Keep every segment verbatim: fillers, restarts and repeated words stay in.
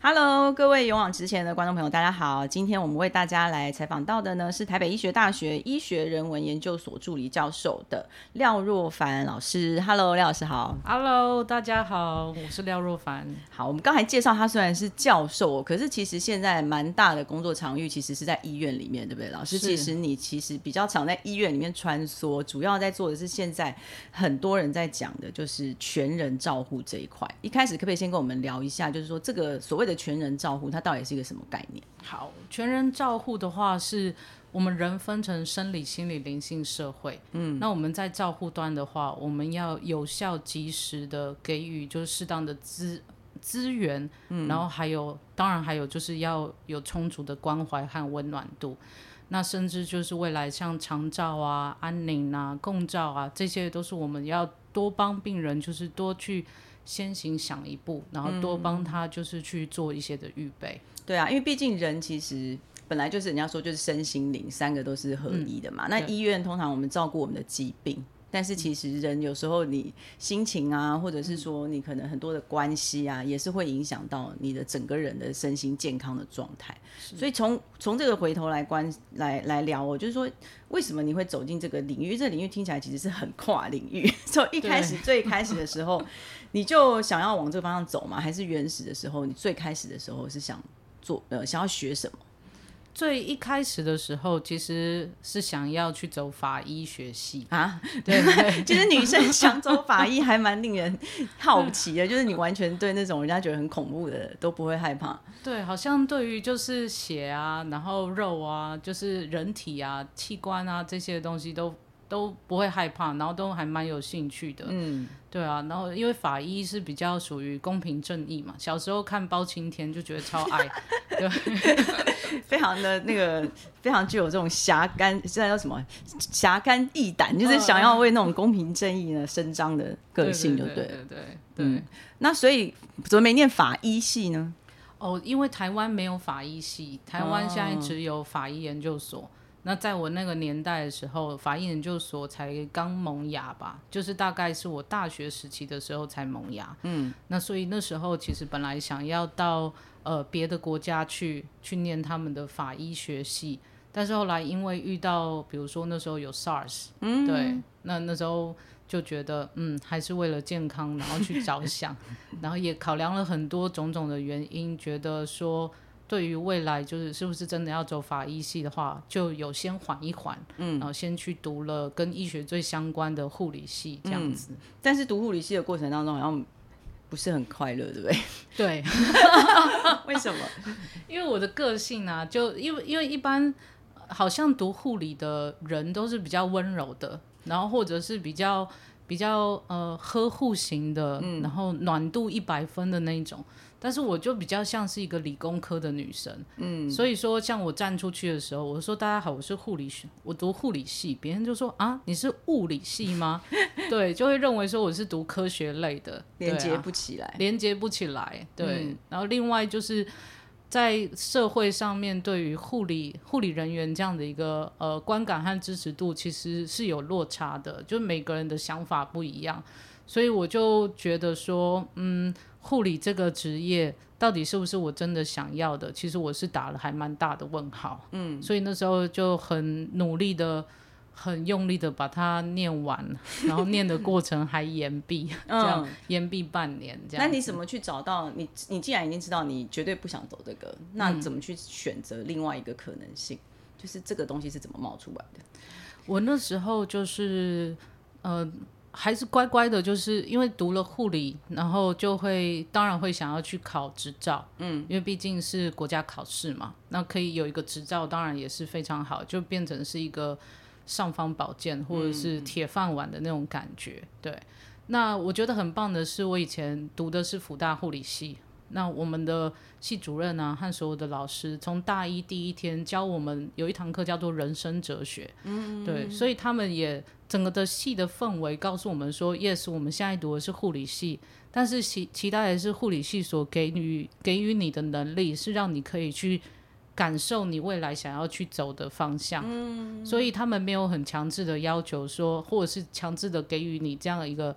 Hello， 各位勇往直前的观众朋友，大家好。今天我们为大家来采访到的呢，是台北医学大学医学人文研究所助理教授的廖若凡老师。Hello， 廖老师好。 Hello， 大家好，我是廖若凡。 好，我们刚才介绍他虽然是教授，可是其实现在蛮大的工作场域其实是在医院里面，对不对？老师，其实你其实比较常在医院里面穿梭，主要在做的是现在很多人在讲的就是全人照护这一块。一开始可不可以先跟我们聊一下，就是说这个所谓的全人照护它到底是一个什么概念？ 好，全人照护的话是我们人分成生理、心理、灵性、社会。嗯，那我们在照护端的话，我们要有效、及时的给予就是适当的资资源，嗯，然后还有当然还有就是要有充足的关怀和温暖度。那甚至就是未来像长照啊、安宁啊、共照啊，这些都是我们要多帮病人，就是多去先行想一步，然后多帮他就是去做一些的预备。 嗯、对啊，因为毕竟人其实本来就是人家说就是身心灵三个都是合一的嘛。嗯、那医院通常我们照顾我们的疾病，但是其实人有时候你心情啊，或者是说你可能很多的关系啊，也是会影响到你的整个人的身心健康的状态。所以从从这个回头来关来来聊，我就是说为什么你会走进这个领域？这个领域听起来其实是很跨领域。从一开始最开始的时候，你就想要往这个方向走吗？还是原始的时候，你最开始的时候是想做呃想要学什么？ 最一开始的时候，其实是想要去走法医学系啊，对对，其实女生想走法医还蛮令人好奇的，就是你完全对那种人家觉得很恐怖的都不会害怕。 对，好像对于就是血啊，然后肉啊，就是人体啊、器官啊这些东西都都不会害怕，然后都还蛮有兴趣的。嗯，对啊，然后因为法医是比较属于公平正义嘛，小时候看包青天就觉得超爱，对。 非常的那个，非常具有这种侠肝，现在叫什么侠肝义胆，就是想要为那种公平正义呢伸张的个性，就对了。 对对对 对, 对, 对、 嗯。那所以怎么没念法医系呢？ 哦，因为台湾没有法医系，台湾现在只有法医研究所。哦，那在我那个年代的时候，法医研究所才刚萌芽吧，就是大概是我大学时期的时候才萌芽。嗯，那所以那时候其实本来想要到呃别的国家去去念他们的法医学系，但是后来因为遇到比如说那时候有 SARS， 嗯，对，那那时候就觉得嗯还是为了健康然后去着想，然后也考量了很多种种的原因，觉得说对于未来就是是不是真的要走法医系的话，就有先缓一缓，嗯，然后先去读了跟医学最相关的护理系这样子。嗯， 但是读护理系的过程当中好像不是很快乐，对不对？ 对。 为什么？ 因为我的个性啊，就因为因为一般好像读护理的人都是比较温柔的，然后或者是比较比较呃呵护型的，嗯，然后暖度一百分的那一种。但是我就比较像是一个理工科的女生，嗯，所以说像我站出去的时候，我说大家好，我是护理系，我读护理系，别人就说啊，你是物理系吗？对，就会认为说我是读科学类的， 连接不起来， 连接不起来，对，嗯。然后另外就是在社会上面，对于护理护理人员这样的一个呃观感和支持度，其实是有落差的，就每个人的想法不一样，所以我就觉得说，嗯。护理这个职业到底是不是我真的想要的，其实我是打了还蛮大的问号，嗯，所以那时候就很努力的很用力的把它念完，然后念的过程还延毕，嗯，这样延毕半年这样。 那你怎么去找到你你既然已经知道你绝对不想走这个，那怎么去选择另外一个可能性，嗯，就是这个东西是怎么冒出来的？ 我那时候就是呃还是乖乖的，就是因为读了护理，然后就会当然会想要去考执照，嗯，因为毕竟是国家考试嘛，那可以有一个执照，当然也是非常好，就变成是一个尚方宝剑或者是铁饭碗的那种感觉，嗯，对。那我觉得很棒的是，我以前读的是辅大护理系，那我们的系主任啊和所有的老师从大一第一天教我们有一堂课叫做人生哲学，嗯，对，所以他们也整个的系的氛围告诉我们说 yes 我们现在读的是护理系，但是其期待的是护理系所给予给予你的能力是让你可以去感受你未来想要去走的方向，嗯，所以他们没有很强制的要求说，或者是强制的给予你这样的一个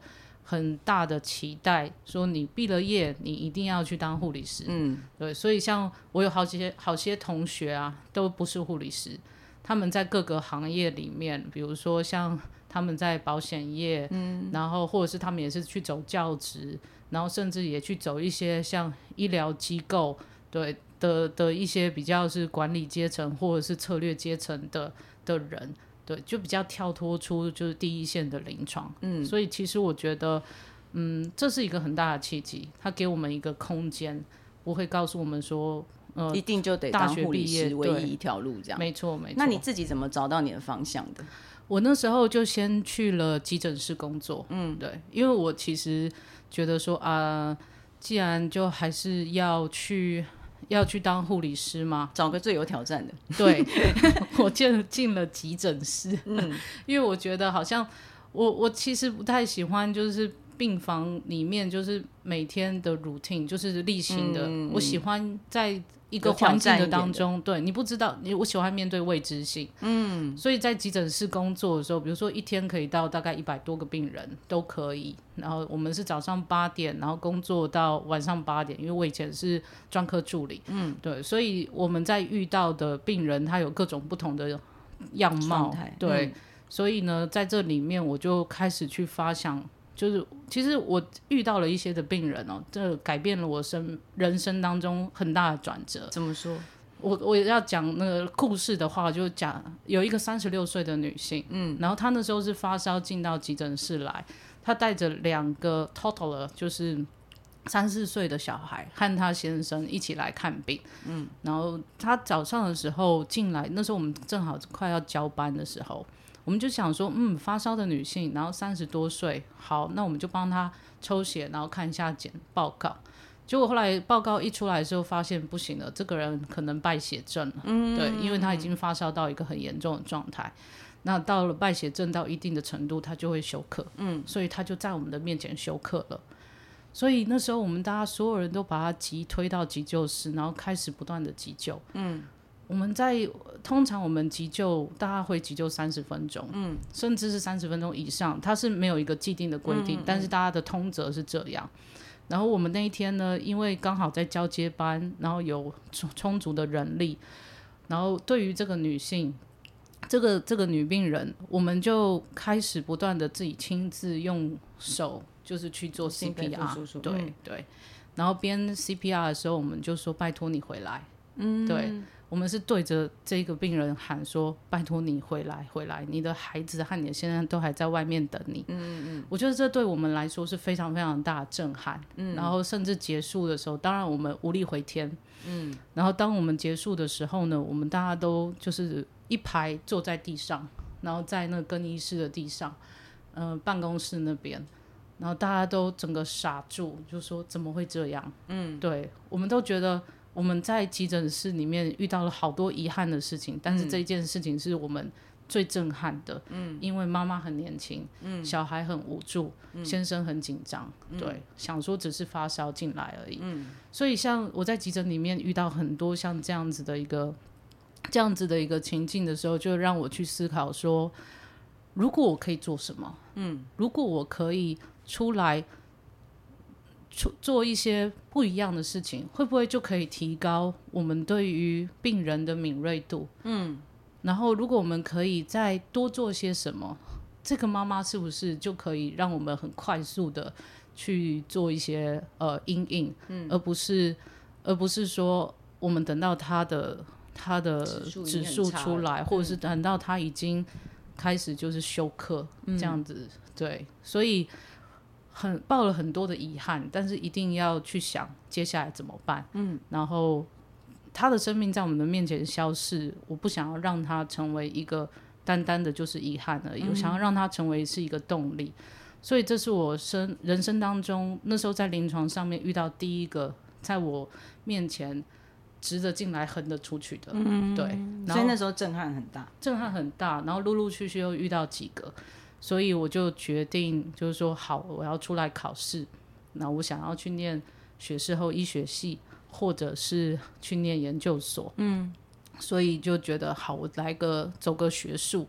很大的期待，说你毕了业你一定要去当护理师。嗯，对，所以像我有好些好些同学啊，都不是护理师，他们在各个行业里面，比如说像他们在保险业，嗯，然后或者是他们也是去走教职，然后甚至也去走一些像医疗机构，对的的一些比较是管理阶层或者是策略阶层的的人，对，就比较跳脱出就是第一线的临床。嗯，所以其实我觉得，嗯，这是一个很大的契机，它给我们一个空间，不会告诉我们说，呃， 一定就得当护理师唯一一条路这样。 没错没错。 那你自己怎么找到你的方向的？ 我那时候就先去了急诊室工作。嗯，对，因为我其实觉得说啊、呃，既然就还是要去。要去当护理师吗？ 找个最有挑战的。 对，我就进了急诊室。嗯，因为我觉得好像我我其实不太喜欢，就是病房里面就是每天的 routine 就是例行的。嗯、我喜欢在一个环境的当中，对你不知道，我喜欢面对未知性。嗯，所以在急诊室工作的时候，比如说一天可以到大概一百多个病人都可以。然后我们是早上八点，然后工作到晚上八点，因为我以前是专科助理。嗯，对，所以我们在遇到的病人，他有各种不同的样貌。对、嗯，所以呢，在这里面我就开始去发想。就是其实我遇到了一些的病人哦，这改变了我生人生当中很大的转折。 怎么说？ 我我要讲那个故事的话，就讲有一个三十六岁的女性，嗯，然后她那时候是发烧进到急诊室来，她带着两个 toddler， 就是三四岁的小孩和她先生一起来看病，嗯，然后她早上的时候进来，那时候我们正好快要交班的时候。我们就想说，嗯，发烧的女性，然后三十多岁，好，那我们就帮她抽血，然后看一下检报告。结果后来报告一出来的时候，发现不行了，这个人可能败血症了。嗯，对，因为他已经发烧到一个很严重的状态。那到了败血症到一定的程度，他就会休克。嗯，所以他就在我们的面前休克了。所以那时候我们大家所有人都把他急推到急救室，然后开始不断的急救。嗯。我们在通常我们急救大家会急救三十分钟，嗯，甚至是三十分钟以上，它是没有一个既定的规定，嗯嗯，但是大家的通则是这样。然后我们那一天呢，因为刚好在交接班，然后有充足的人力，然后对于这个女性，这个这个女病人，我们就开始不断的自己亲自用手就是去做 C P R， 对、嗯、对，然后边 C P R 的时候，我们就说拜托你回来，嗯，对。我们是对着这个病人喊说拜托你回来回来，你的孩子和你的先生都还在外面等你。嗯嗯，我觉得这对我们来说是非常非常大的震撼。嗯，然后甚至结束的时候，当然我们无力回天。嗯，然后当我们结束的时候呢，我们大家都就是一排坐在地上，然后在那个更衣室的地上，呃，办公室那边，然后大家都整个傻住，就说怎么会这样？嗯，对，我们都觉得我们在急诊室里面遇到了好多遗憾的事情，但是这件事情是我们最震撼的。嗯，因为妈妈很年轻，嗯，小孩很无助，嗯，先生很紧张，嗯，对，想说只是发烧进来而已。嗯，所以像我在急诊里面遇到很多像这样子的一个这样子的一个情境的时候，就让我去思考说，如果我可以做什么？嗯，如果我可以出来做一些不一样的事情，会不会就可以提高我们对于病人的敏锐度？嗯，然后如果我们可以再多做些什么，这个妈妈是不是就可以让我们很快速的去做一些呃因应，嗯，而不是而不是说我们等到她的她的指数出来，或者是等到她已经开始就是休克，嗯，这样子，对，所以很抱了很多的遗憾，但是一定要去想接下来怎么办。嗯，然后他的生命在我们的面前消逝，我不想要让他成为一个单单的就是遗憾而已，嗯，我想要让他成为是一个动力。所以这是我生人生当中那时候在临床上面遇到第一个在我面前直着进来横着出去的。嗯，对， 所以那时候震撼很大， 震撼很大，然后陆陆续续又遇到几个。所以我就决定就是说好，我要出来考试，那我想要去念学士后医学系或者是去念研究所。嗯，所以就觉得好，我来个走个学术，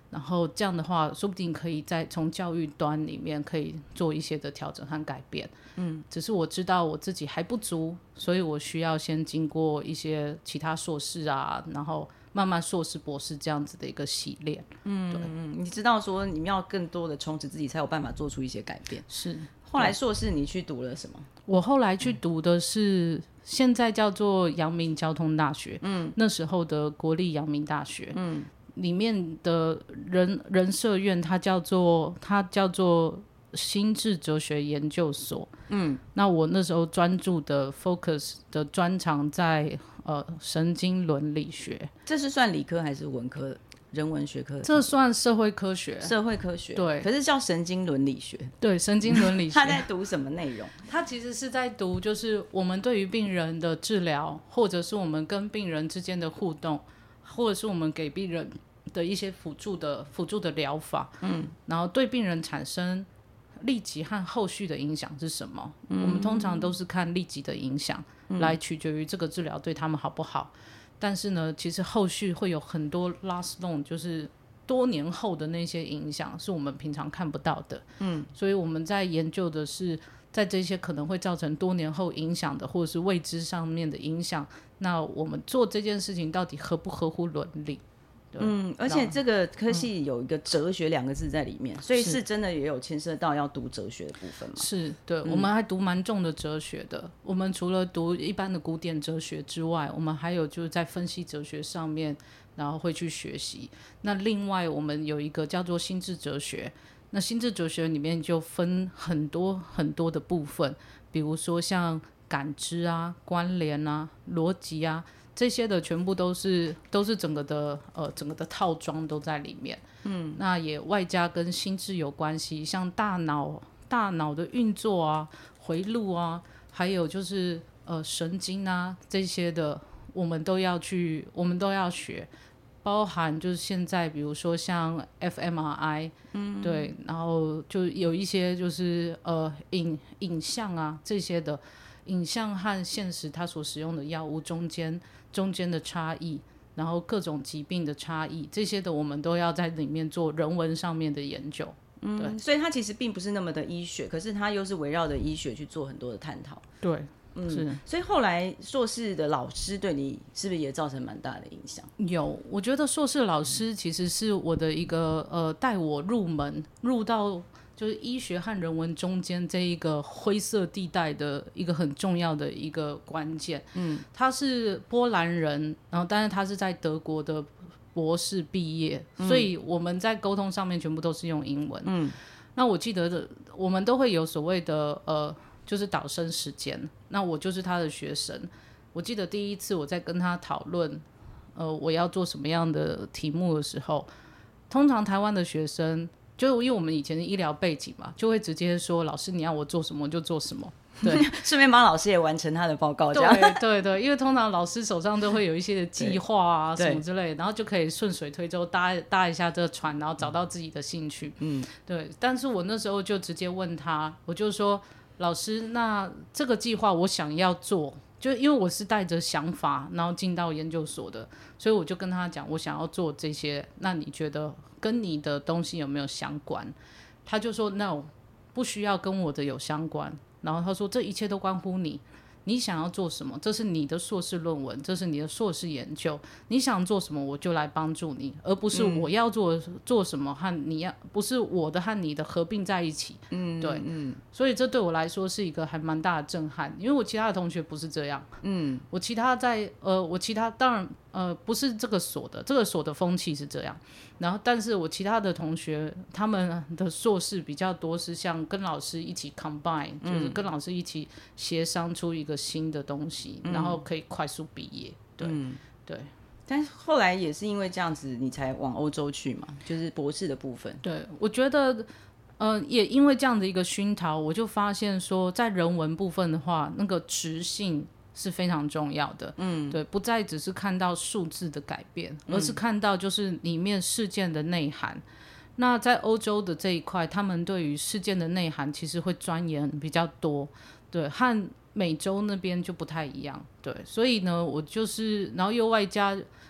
然后这样的话说不定可以在从教育端里面可以做一些的调整和改变。嗯，只是我知道我自己还不足，所以我需要先经过一些其他硕士啊，然后慢慢硕士博士这样子的一个洗练。 嗯嗯，你知道说你要更多的充实自己才有办法做出一些改变。 是， 后来硕士你去读了什么？ 我后来去读的是现在叫做阳明交通大学，嗯，那时候的国立阳明大学，嗯，里面的人人社院它叫做它叫做心智哲学研究所，嗯，那我那时候专注的 focus 的专长在呃神经伦理学。 这是算理科还是文科？人文学科？ 这算社会科学。 社会科学， 对， 可是叫神经伦理学。 对，神经伦理学。 他在读什么内容？ 他其实是在读，就是我们对于病人的治疗，或者是我们跟病人之间的互动，或者是我们给病人的一些辅助的辅助的疗法，嗯，然后对病人产生立即和后续的影响是什么？嗯、我们通常都是看立即的影响，嗯、来取决于这个治疗对他们好不好。但是呢，其实后续会有很多 last long， 就是多年后的那些影响是我们平常看不到的。嗯，所以我们在研究的是在这些可能会造成多年后影响的，或者是未知上面的影响，那我们做这件事情到底合不合乎伦理？ 嗯，而且这个科系有一个哲学两个字在里面，嗯、所以是真的也有牵涉到要读哲学的部分嘛？ 是，对，嗯、我们还读蛮重的哲学的。我们除了读一般的古典哲学之外，我们还有就是在分析哲学上面，然后会去学习。那另外我们有一个叫做心智哲学，那心智哲学里面就分很多很多的部分，比如说像感知啊、关联啊、逻辑啊。这些的全部都是都是整个的呃整个的套装都在里面，嗯，那也外加跟心智有关系，像大脑大脑的运作啊、回路啊，还有就是呃神经啊这些的，我们都要去我们都要学，包含就是现在比如说像 F M R I， 嗯，对，然后就有一些就是呃影影像啊这些的。影像和现实它所使用的药物中间中间的差异，然后各种疾病的差异，这些的我们都要在里面做人文上面的研究。对， 嗯，所以它其实并不是那么的医学，可是它又是围绕着医学去做很多的探讨。 对， 嗯， 是。 所以后来硕士的老师对你是不是也造成蛮大的影响？ 有，我觉得硕士老师其实是我的一个呃带我入门入到。就是医学和人文中间这一个灰色地带的一个很重要的一个关键。嗯，他是波兰人，然后但是他是在德国的博士毕业，嗯、所以我们在沟通上面全部都是用英文。嗯，那我记得的，我们都会有所谓的呃，就是导生时间。那我就是他的学生。我记得第一次我在跟他讨论，呃，我要做什么样的题目的时候，通常台湾的学生。就因为我们以前的医疗背景嘛，就会直接说老师你要我做什么就做什么，对， 顺便帮老师也完成他的报告这样。对对对，因为通常老师手上都会有一些计划啊什么之类的，然后就可以顺水推舟搭搭一下这个船，然后找到自己的兴趣。嗯，对。但是我那时候就直接问他，我就说老师，那这个计划我想要做。就因为我是带着想法然后进到研究所的，所以我就跟他讲我想要做这些，那你觉得跟你的东西有没有相关？他就说 no， 不需要跟我的有相关，然后他说这一切都关乎你，你想要做什么，这是你的硕士论文，这是你的硕士研究，你想做什么我就来帮助你，而不是我要做、嗯、做什么和你要不是我的和你的合并在一起。嗯，对，嗯，所以这对我来说是一个还蛮大的震撼，因为我其他的同学不是这样。嗯，我其他在呃我其他当然呃不是这个所的，这个所的风气是这样，然后但是我其他的同学他们的硕士比较多是像跟老师一起 combine、嗯、就是跟老师一起协商出一个新的东西、嗯、然后可以快速毕业。对、嗯、对， 但是后来也是因为这样子你才往欧洲去嘛，就是博士的部分。 对，我觉得呃，也因为这样的一个熏陶，我就发现说在人文部分的话，那个质性是非常重要的。嗯，对，不再只是看到数字的改变、嗯、而是看到就是里面事件的内涵。那在欧洲的这一块，他们对于事件的内涵其实会钻研比较多，对，和美洲那边就不太一样。对，所以呢我就是然后又外加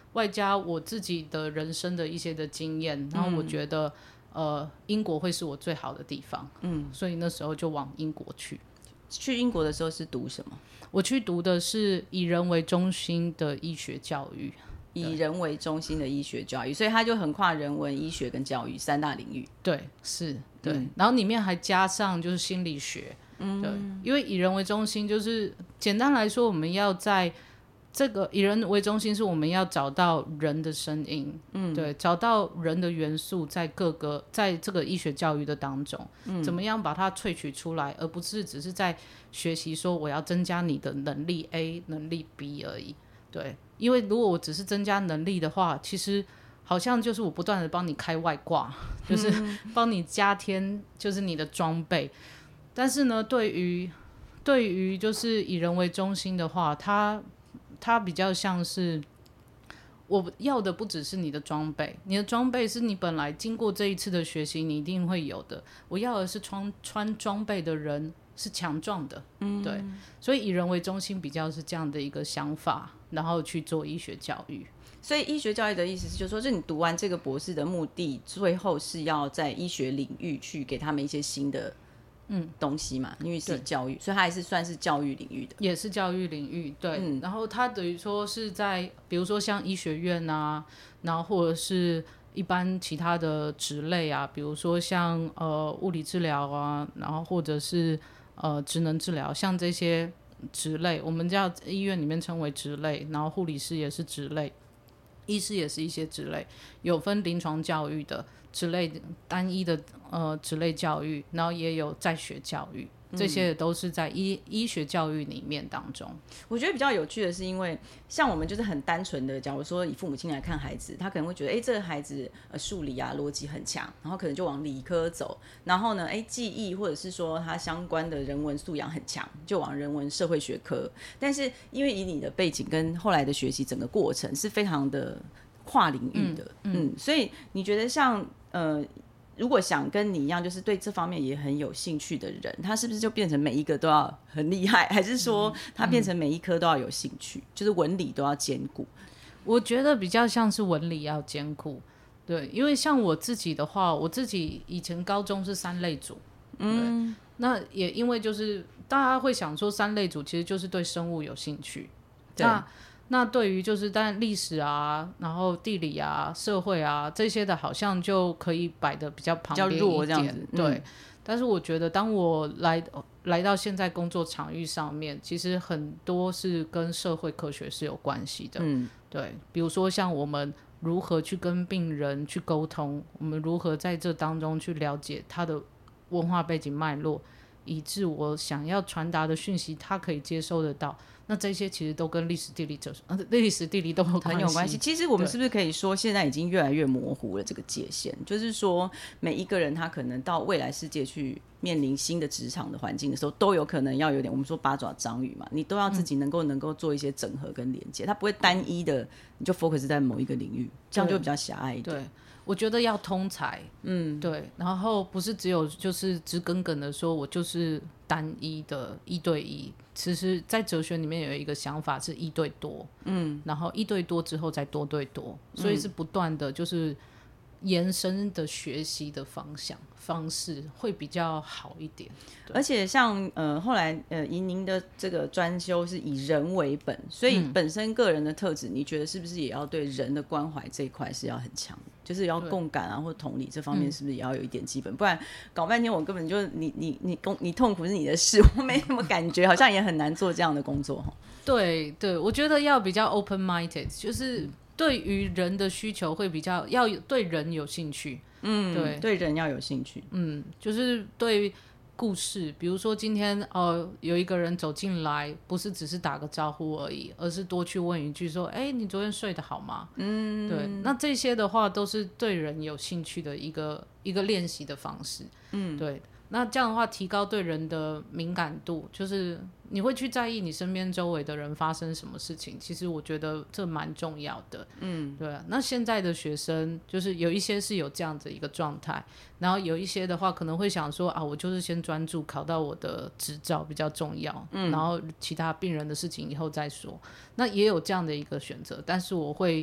外加我自己的人生的一些的经验，然后我觉得、嗯、呃英国会是我最好的地方，嗯，所以那时候就往英国去。 去英国的时候是读什么？ 我去读的是以人为中心的医学教育。 以人为中心的医学教育，所以它就横跨人文、医学跟教育三大领域。 对，是，对，嗯、然后里面还加上就是心理学，嗯，对，因为以人为中心，就是简单来说，我们要在这个以人为中心，是我们要找到人的声音，嗯，对，找到人的元素在各个在这个医学教育的当中，嗯，怎么样把它萃取出来，而不是只是在学习说我要增加你的能力 A 能力 B 而已，对。因为如果我只是增加能力的话，其实好像就是我不断的帮你开外挂，就是帮你加添就是你的装备。但是呢，对于对于就是以人为中心的话，它它比较像是我要的不只是你的装备，你的装备是你本来经过这一次的学习你一定会有的，我要的是穿穿装备的人是强壮的，嗯，对，所以以人为中心比较是这样的一个想法，然后去做医学教育。 所以医学教育的意思是，就是说，是你读完这个博士的目的，最后是要在医学领域去给他们一些新的嗯东西嘛，因为是教育，所以它还是算是教育领域的， 也是教育领域，对。嗯、然后它等于说是在，比如说像医学院啊，然后或者是一般其他的职类啊，比如说像呃物理治疗啊，然后或者是呃职能治疗，像这些职类，我们叫医院里面称为职类，然后护理师也是职类，医师也是一些职类，有分临床教育的职类，单一的呃职类教育，然后也有在学教育，这些也都是在医医学教育里面当中。 我觉得比较有趣的是，因为像我们就是很单纯的，假如说以父母亲来看孩子，他可能会觉得，哎，这个孩子呃数理啊逻辑很强，然后可能就往理科走，然后呢，哎，记忆或者是说他相关的人文素养很强，就往人文社会学科。但是因为以你的背景跟后来的学习整个过程是非常的跨领域的，嗯，嗯嗯所以你觉得像呃。如果想跟你一样，就是对这方面也很有兴趣的人，他是不是就变成每一个都要很厉害，还是说他变成每一科都要有兴趣，嗯、就是文理都要兼顾？ 我觉得比较像是文理要兼顾，对，因为像我自己的话，我自己以前高中是三类组，嗯，那也因为就是大家会想说三类组其实就是对生物有兴趣，对。那那对于就是当然历史啊，然后地理啊、社会啊这些的，好像就可以摆的比较旁边一点，比较弱这样子。对，嗯、但是我觉得当我来来到现在工作场域上面，其实很多是跟社会科学是有关系的。嗯，对，比如说像我们如何去跟病人去沟通，我们如何在这当中去了解他的文化背景脉络，以致我想要传达的讯息，他可以接收得到。那这些其实都跟历史地理哲、呃、历史地理都有关系， 很有关系。其实我们是不是可以说，现在已经越来越模糊了这个界限？就是说，每一个人他可能到未来世界去面临新的职场的环境的时候，都有可能要有点我们说八爪章鱼嘛，你都要自己能够、嗯、能够做一些整合跟连接，它不会单一的你就 focus 在某一个领域，这样就比较狭隘一点。 对，我觉得要通才，嗯，对，然后不是只有就是直耿耿的说我就是单一的一对一，其实在哲学里面有一个想法是一对多，嗯，然后一对多之后再多对多，所以是不断的就是延伸的学习的方向方式会比较好一点。 而且像呃后来呃以您的这个专修是以人为本，所以本身个人的特质、嗯、你觉得是不是也要对人的关怀这一块是要很强的，就是要共感啊或同理这方面是不是也要有一点基本、嗯、不然搞半天我根本就你你你你痛苦是你的事，我没什么感觉好像也很难做这样的工作。 对对，我觉得要比较 open minded， 就是对于人的需求会比较要对人有兴趣， 嗯，对，对人要有兴趣， 嗯，就是对故事，比如说今天哦有一个人走进来，不是只是打个招呼而已，而是多去问一句说，哎，你昨天睡得好吗？嗯，对，那这些的话都是对人有兴趣的一个一个练习的方式，嗯，对。那这样的话提高对人的敏感度，就是你会去在意你身边周围的人发生什么事情，其实我觉得这蛮重要的，嗯，对啊。那现在的学生就是有一些是有这样的一个状态，然后有一些的话可能会想说啊，我就是先专注考到我的执照比较重要，嗯，然后其他病人的事情以后再说，那也有这样的一个选择，但是我会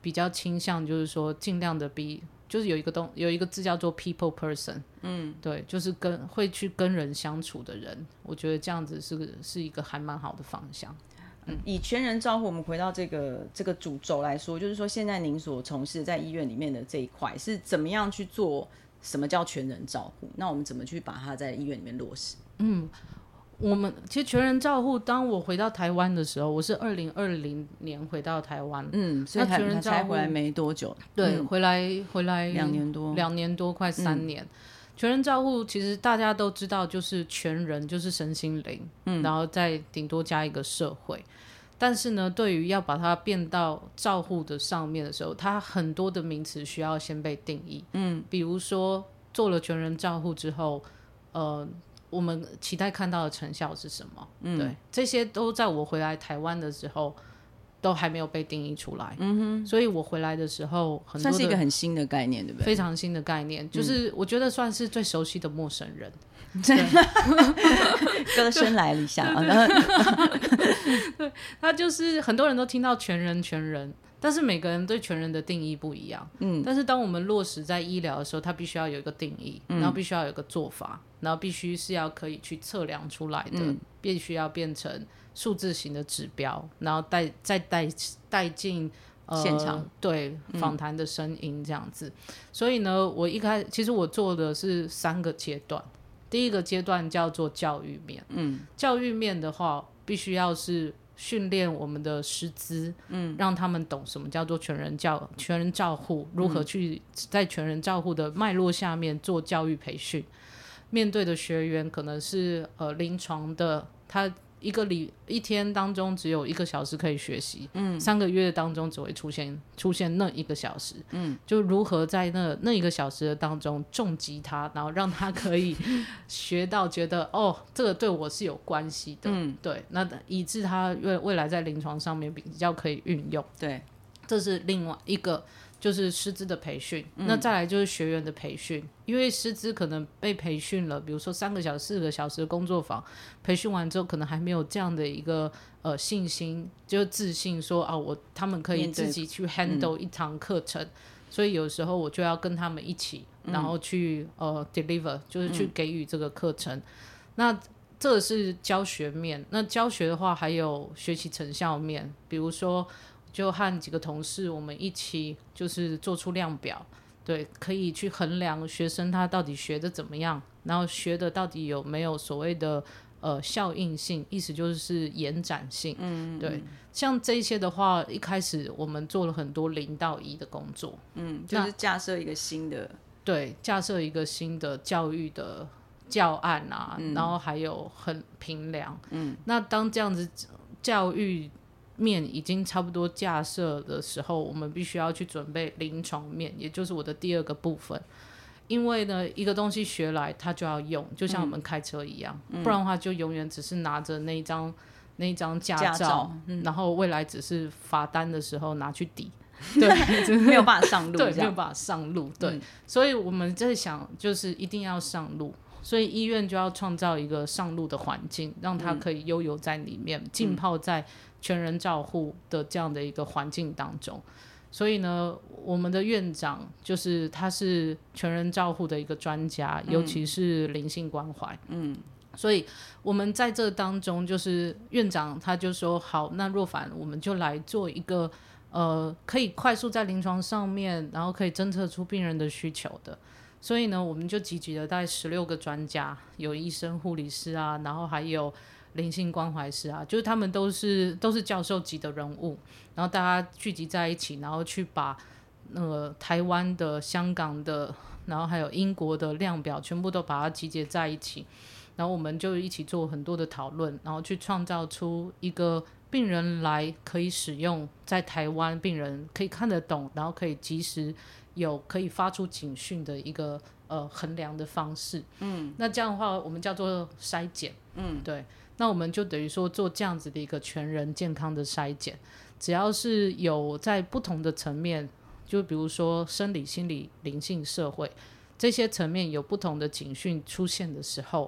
比较倾向就是说尽量的比就是有一个东有一个字叫做 people person， 嗯，对，就是跟会去跟人相处的人，我觉得这样子是是一个还蛮好的方向。 嗯，以全人照护，我们回到这个这个主轴来说，就是说现在您所从事在医院里面的这一块是怎么样去做？什么叫全人照护？那我们怎么去把它在医院里面落实？ 嗯。我们其实全人照护，当我回到台湾的时候，我是二零二零年回到台湾， 嗯，所以全人照护才回来没多久， 对，嗯、回来回来两年多， 两年多快三年。嗯、全人照护其实大家都知道，就是全人就是身心灵，嗯，然后再顶多加一个社会。但是呢，对于要把它变到照护的上面的时候，它很多的名词需要先被定义，嗯，比如说做了全人照护之后，呃。我们期待看到的成效是什么？嗯，对，这些都在我回来台湾的时候都还没有被定义出来。嗯哼，所以我回来的时候，很多的算是一个很新的概念，对不对？ 非常新的概念，就是我觉得算是最熟悉的陌生人。 对，歌声来了一下， 对，他就是很多人都听到全人全人。但是每个人对全人的定义不一样，嗯，但是当我们落实在医疗的时候，它必须要有一个定义，嗯、然后必须要有一个做法，然后必须是要可以去测量出来的，嗯、必须要变成数字型的指标，然后带再带带进呃现场对访谈的声音这样子。嗯、所以呢，我一开其实我做的是三个阶段，第一个阶段叫做教育面，嗯，教育面的话，必须要是。训练我们的师资，嗯，让他们懂什么叫做全人教全人照护，如何去在全人照护的脉络下面做教育培训。面对的学员可能是呃临床的，他一个礼一天当中只有一个小时可以学习，嗯，三个月当中只会出现出现那一个小时，嗯，就如何在那那一个小时的当中重击他，然后让他可以学到觉得哦，这个对我是有关系的，嗯，对，那以致他未未来在临床上面比较可以运用， 对， 这是另外一个。就是师资的培训，嗯、那再来就是学员的培训，因为师资可能被培训了，比如说三个小时、四个小时的工作坊，培训完之后，可能还没有这样的一个呃信心，就自信说啊，我他们可以自己去 handle 一堂课程，嗯、所以有时候我就要跟他们一起，然后去、嗯、呃 deliver， 就是去给予这个课程。嗯、那这是教学面，那教学的话还有学习成效面，比如说。就和几个同事我们一起就是做出量表，对，可以去衡量学生他到底学的怎么样，然后学的到底有没有所谓的呃效应性，意思就是延展性，嗯，对，像这些的话，一开始我们做了很多零到一的工作， 嗯，就是架设一个新的， 对，架设一个新的教育的教案啊，嗯、然后还有很评量，嗯，那当这样子教育面已经差不多架设的时候，我们必须要去准备临床面，也就是我的第二个部分。因为呢，一个东西学来它就要用，就像我们开车一样，嗯、不然的话就永远只是拿着那一张那一张驾照， 驾照嗯、 然后未来只是罚单的时候拿去抵，对， 没有办法上路， 对，没有办法上路，对，嗯、所以我们在想，就是一定要上路。所以医院就要创造一个上路的环境，让他可以悠游在里面，嗯、浸泡在全人照护的这样的一个环境当中。所以呢，我们的院长就是他是全人照护的一个专家，嗯、尤其是灵性关怀。嗯，所以我们在这当中，就是院长他就说，好，那若凡我们就来做一个呃，可以快速在临床上面，然后可以侦测出病人的需求的。所以呢，我们就集结了大概十六个专家，有医生、护理师啊，然后还有灵性关怀师啊，就是他们都是都是教授级的人物，然后大家聚集在一起，然后去把那个台湾的、香港的，然后还有英国的量表全部都把它集结在一起，然后我们就一起做很多的讨论，然后去创造出一个病人来可以使用，在台湾病人可以看得懂，然后可以及时有可以发出警讯的一个呃衡量的方式，嗯，那这样的话我们叫做筛检，嗯，对，那我们就等于说做这样子的一个全人健康的筛检，只要是有在不同的层面，就比如说生理、心理、灵性、社会这些层面有不同的警讯出现的时候，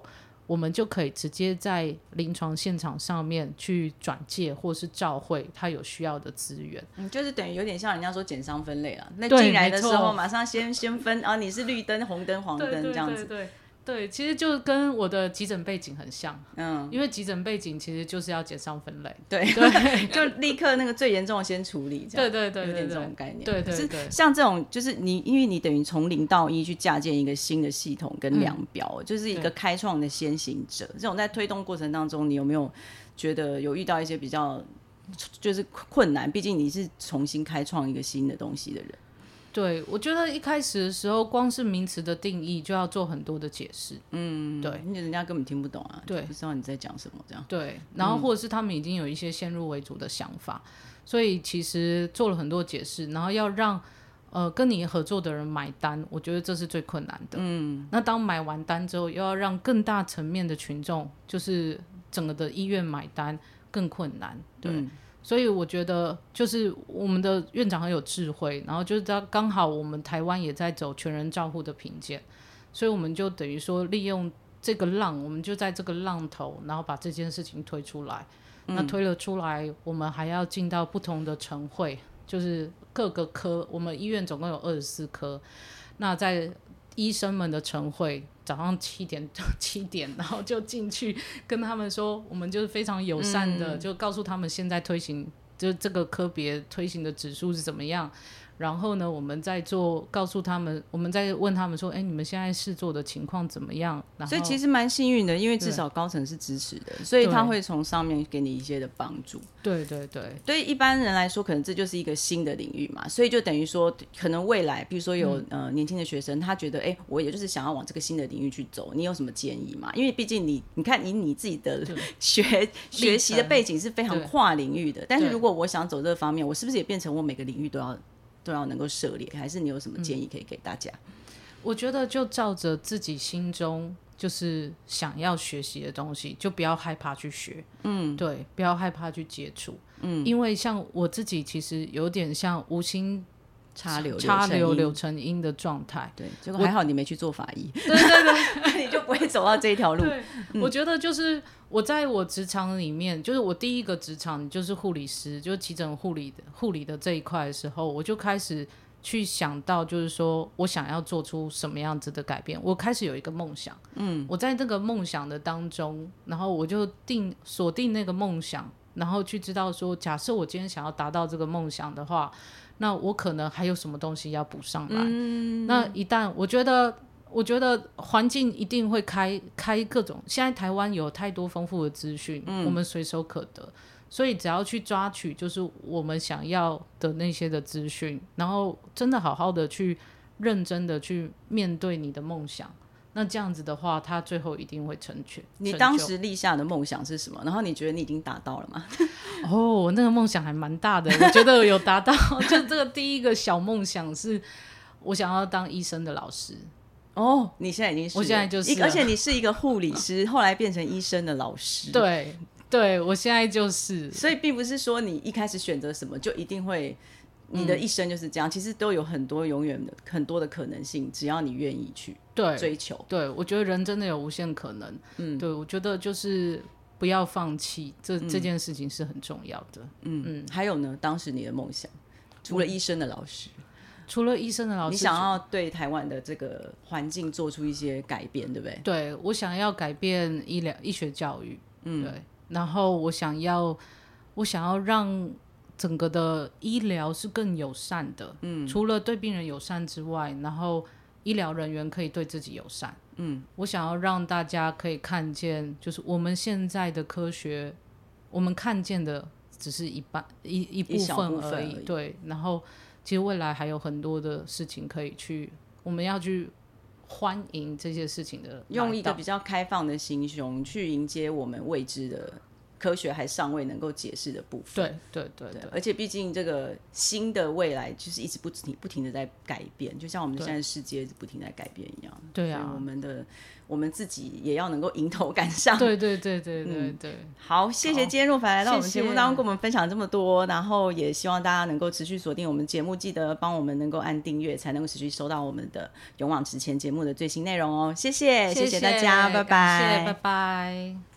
我们就可以直接在临床现场上面去转介或是照会他有需要的资源。 嗯，就是等于有点像人家说减伤分类啦，那对进来的时没错候马上先先分啊，你是绿灯、红灯、黄灯对对这样子。 对对对，其实就跟我的急诊背景很像， 嗯， 因为急诊背景其实就是要减伤分类。 对对， 就立刻那个最严重的先处理，这样。 对对对对对， 有点这种概念。 对对对， 可是像这种就是你，因为你等于从零到一去架建一个新的系统跟量表，嗯、就是一个开创的先行者。这种在推动过程当中，你有没有觉得有遇到一些比较就是困难？毕竟你是重新开创一个新的东西的人。 对，我觉得一开始的时候，光是名词的定义就要做很多的解释。 嗯， 对， 因为人家根本听不懂啊， 对， 不知道你在讲什么这样。 对，然后或者是他们已经有一些先入为主的想法，嗯、所以其实做了很多解释，然后要让呃跟你合作的人买单，我觉得这是最困难的。嗯，那当买完单之后，又要让更大层面的群众，就是整个的医院买单，更困难。对。嗯，所以我觉得就是我们的院长很有智慧，然后就是刚好我们台湾也在走全人照护的评鉴，所以我们就等于说利用这个浪，我们就在这个浪头，然后把这件事情推出来。嗯、那推了出来，我们还要进到不同的晨会，就是各个科，我们医院总共有二十四科，那在医生们的晨会。早上七点七点，然后就进去跟他们说，我们就是非常友善的，嗯、就告诉他们现在推行，就这个科别推行的指数是怎么样。然后呢，我们再做，告诉他们，我们再问他们说，哎，你们现在试做的情况怎么样？然后所以其实蛮幸运的，因为至少高层是支持的，所以他会从上面给你一些的帮助。 对对对， 对一般人来说，可能这就是一个新的领域嘛，所以就等于说，可能未来，比如说有、嗯、呃年轻的学生，他觉得，哎，我也就是想要往这个新的领域去走，你有什么建议吗？因为毕竟你，你看你你自己的学学习的背景是非常跨领域的，但是如果我想走这个方面，我是不是也变成我每个领域都要？都要能够涉猎，还是你有什么建议可以给大家？嗯、 我觉得就照着自己心中就是想要学习的东西，就不要害怕去学，嗯，对，不要害怕去接触，嗯，因为像我自己其实有点像无心插柳插柳柳成荫的状态， 对，结果还好你没去做法医， 对对对， 你就不会走到这一条路。 对，嗯、我觉得就是我在我职场里面，就是我第一个职场就是护理师，就是急诊护理的护理的这一块的时候，我就开始去想到，就是说我想要做出什么样子的改变。我开始有一个梦想，嗯，我在这个梦想的当中，然后我就定锁定那个梦想，然后去知道说，假设我今天想要达到这个梦想的话，那我可能还有什么东西要补上来。嗯、那一旦我觉得。我觉得环境一定会开开各种，现在台湾有太多丰富的资讯，嗯、我们随手可得，所以只要去抓取就是我们想要的那些的资讯，然后真的好好的去认真的去面对你的梦想，那这样子的话，它最后一定会成全。 你当时立下的梦想是什么？然后你觉得你已经达到了吗？ 哦，我那个梦想还蛮大的，我觉得有达到。就这个第一个小梦想是，我想要当医生的老师。 哦，你现在已经是， 我现在就是， 而且你是一个护理师，后来变成医生的老师。 对，对我现在就是， 所以并不是说你一开始选择什么就一定会，你的一生就是这样。嗯、其实都有很多永远的很多的可能性，只要你愿意去追求。 对，对我觉得人真的有无限可能。嗯，对我觉得就是不要放弃，这、嗯、这件事情是很重要的。嗯嗯，还有呢，当时你的梦想，除了医生的老师。 除了医生的老师， 你想要对台湾的这个环境做出一些改变，对不对？ 对，我想要改变医疗医学教育，嗯，对。然后我想要，我想要让整个的医疗是更友善的，嗯，除了对病人友善之外，然后医疗人员可以对自己友善，嗯，我想要让大家可以看见，就是我们现在的科学，我们看见的只是一半一一部分而已，对，然后。其实未来还有很多的事情可以去，我们要去欢迎这些事情的， 用一个比较开放的心胸去迎接我们未知的科学还尚未能够解释的部分。 对对对 对, 对， 而且毕竟这个新的未来就是一直不停不停的在改变，就像我们现在世界一直不停在改变一样。 对啊， 所以我们的我们自己也要能够迎头赶上。 对对对对对对、嗯。 好，谢谢今天若凡来到我们节目当中跟我们分享这么多，然后也希望大家能够持续锁定我们节目，记得帮我们能够按订阅，才能够持续收到我们的勇往直前节目的最新内容哦。谢谢，谢谢大家，拜拜， 谢谢，拜拜。